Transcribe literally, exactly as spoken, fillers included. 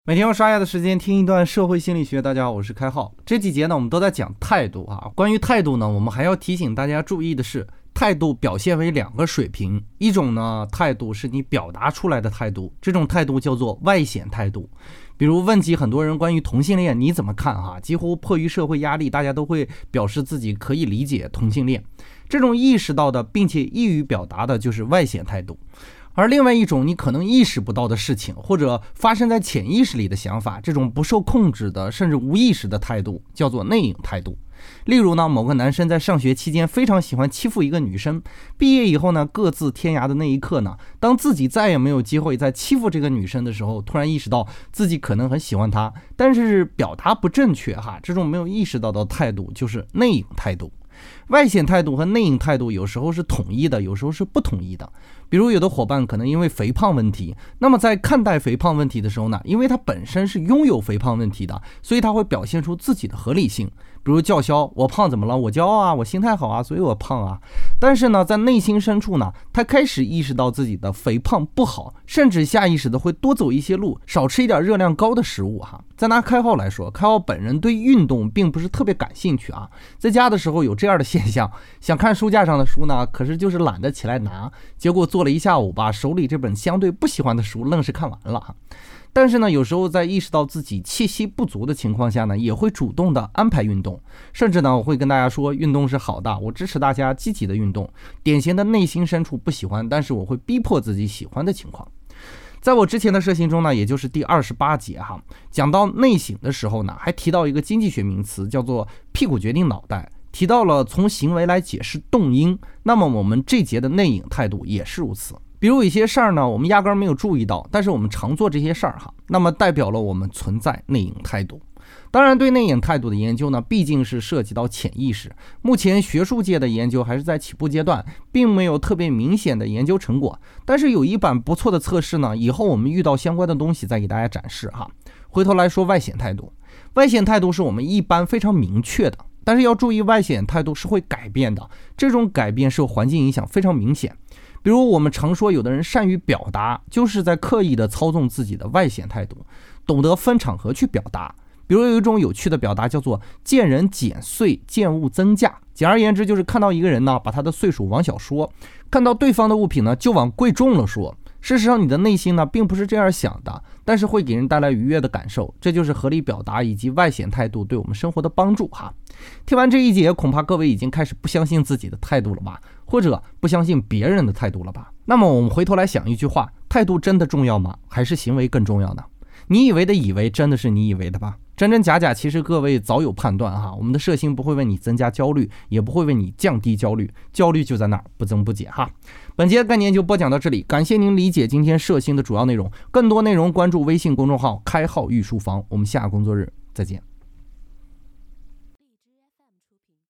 每天用刷牙的时间听一段社会心理学。大家好，我是开浩。这几节呢，我们都在讲态度啊。关于态度呢，我们还要提醒大家注意的是，态度表现为两个水平。一种呢，态度是你表达出来的态度，这种态度叫做外显态度。比如问及很多人关于同性恋你怎么看哈，几乎迫于社会压力，大家都会表示自己可以理解同性恋。这种意识到的并且易于表达的就是外显态度。而另外一种你可能意识不到的事情，或者发生在潜意识里的想法，这种不受控制的甚至无意识的态度叫做内隐态度。例如呢，某个男生在上学期间非常喜欢欺负一个女生，毕业以后呢，各自天涯的那一刻呢，当自己再也没有机会再欺负这个女生的时候，突然意识到自己可能很喜欢她，但是表达不正确哈，这种没有意识到的态度就是内隐态度。外显态度和内隐态度有时候是统一的，有时候是不统一的。比如有的伙伴可能因为肥胖问题，那么在看待肥胖问题的时候呢，因为他本身是拥有肥胖问题的，所以他会表现出自己的合理性。比如叫嚣我胖怎么了，我骄傲啊，我心态好啊，所以我胖啊。但是呢，在内心深处呢，他开始意识到自己的肥胖不好，甚至下意识的会多走一些路，少吃一点热量高的食物哈。再拿开浩来说，开浩本人对运动并不是特别感兴趣啊，在家的时候有这样的现象，想看书架上的书呢，可是就是懒得起来拿，结果做了一下午吧，手里这本相对不喜欢的书愣是看完了。但是呢，有时候在意识到自己气息不足的情况下呢，也会主动的安排运动，甚至呢，我会跟大家说运动是好的，我支持大家积极的运动。典型的内心深处不喜欢，但是我会逼迫自己喜欢的情况。在我之前的社行中呢，也就是第二十八节哈，讲到内省的时候呢，还提到一个经济学名词，叫做屁股决定脑袋，提到了从行为来解释动因。那么我们这节的内隐态度也是如此。比如有些事儿呢，我们压根儿没有注意到，但是我们常做这些事儿哈，那么代表了我们存在内隐态度。当然，对内隐态度的研究呢，毕竟是涉及到潜意识，目前学术界的研究还是在起步阶段，并没有特别明显的研究成果。但是有一版不错的测试呢，以后我们遇到相关的东西再给大家展示哈。回头来说外显态度，外显态度是我们一般非常明确的，但是要注意外显态度是会改变的，这种改变受环境影响非常明显。比如我们常说有的人善于表达，就是在刻意的操纵自己的外显态度，懂得分场合去表达。比如有一种有趣的表达叫做见人减岁，见物增价。简而言之，就是看到一个人呢，把他的岁数往小说，看到对方的物品呢，就往贵重了说。事实上你的内心呢并不是这样想的，但是会给人带来愉悦的感受，这就是合理表达以及外显态度对我们生活的帮助哈。听完这一节，恐怕各位已经开始不相信自己的态度了吧，或者不相信别人的态度了吧。那么我们回头来想一句话，态度真的重要吗？还是行为更重要呢？你以为的以为真的是你以为的吧？真真假假其实各位早有判断哈。我们的摄星不会为你增加焦虑，也不会为你降低焦虑，焦虑就在那儿不增不减哈。本节概念就播讲到这里，感谢您理解今天摄星的主要内容，更多内容关注微信公众号开号御书房，我们下工作日再见。